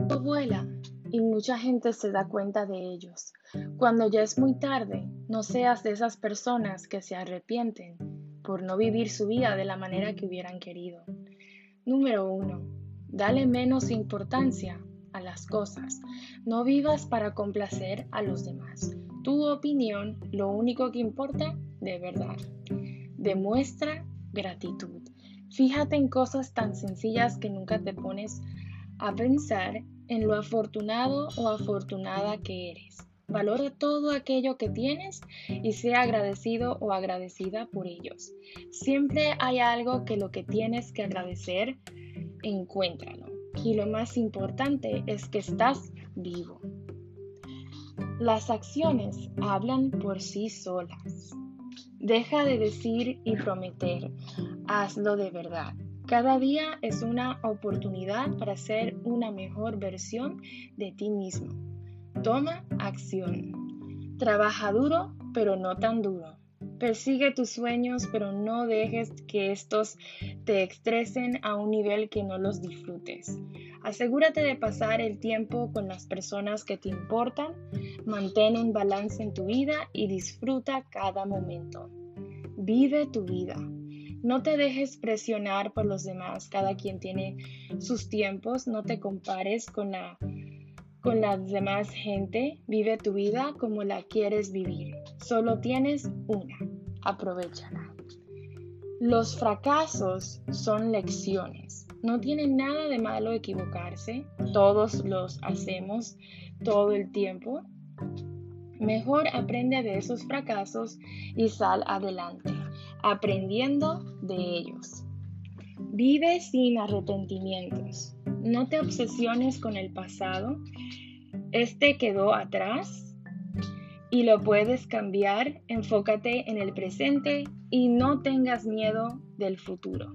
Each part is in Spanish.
tiempo vuela y mucha gente se da cuenta de ellos. Cuando ya es muy tarde, no seas de esas personas que se arrepienten por no vivir su vida de la manera que hubieran querido. Número uno, dale menos importancia a las cosas. No vivas para complacer a los demás. Tu opinión, lo único que importa de verdad. Demuestra gratitud. Fíjate en cosas tan sencillas que nunca te pones a pensar en lo afortunado o afortunada que eres. Valora todo aquello que tienes y sea agradecido o agradecida por ellos. Siempre hay algo que lo que tienes que agradecer, encuéntralo. Y lo más importante es que estás vivo. Las acciones hablan por sí solas. Deja de decir y prometer, hazlo de verdad. Cada día es una oportunidad para ser una mejor versión de ti mismo. Toma acción. Trabaja duro, pero no tan duro. Persigue tus sueños, pero no dejes que estos te estresen a un nivel que no los disfrutes. Asegúrate de pasar el tiempo con las personas que te importan. Mantén un balance en tu vida y disfruta cada momento. Vive tu vida. No te dejes presionar por los demás. Cada quien tiene sus tiempos. No te compares con la demás gente. Vive tu vida como la quieres vivir. Solo tienes una. Aprovéchala. Los fracasos son lecciones. No tiene nada de malo equivocarse. Todos los hacemos todo el tiempo. Mejor aprende de esos fracasos y sal adelante, aprendiendo de ellos. Vive sin arrepentimientos. No te obsesiones con el pasado. Este quedó atrás y lo puedes cambiar. Enfócate en el presente y no tengas miedo del futuro.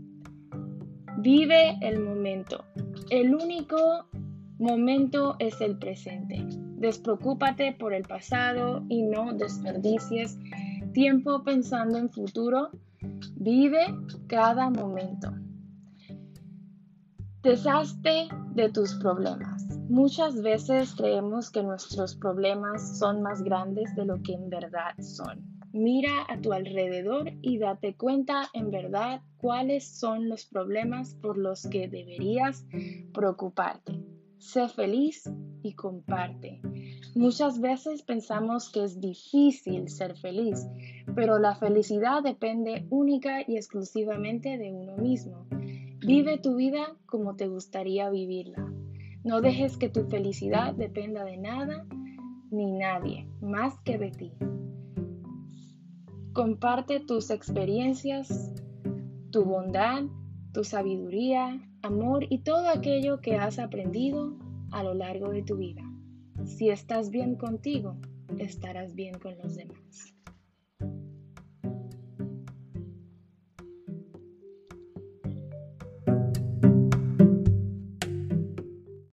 Vive el momento. El único momento es el presente. Despreocúpate por el pasado y no desperdicies tiempo pensando en futuro. Vive cada momento. Deshazte de tus problemas. Muchas veces creemos que nuestros problemas son más grandes de lo que en verdad son. Mira a tu alrededor y date cuenta en verdad cuáles son los problemas por los que deberías preocuparte. Sé feliz y comparte. Muchas veces pensamos que es difícil ser feliz, pero la felicidad depende única y exclusivamente de uno mismo. Vive tu vida como te gustaría vivirla. No dejes que tu felicidad dependa de nada ni nadie más que de ti. Comparte tus experiencias, tu bondad, tu sabiduría, amor y todo aquello que has aprendido a lo largo de tu vida. Si estás bien contigo, estarás bien con los demás.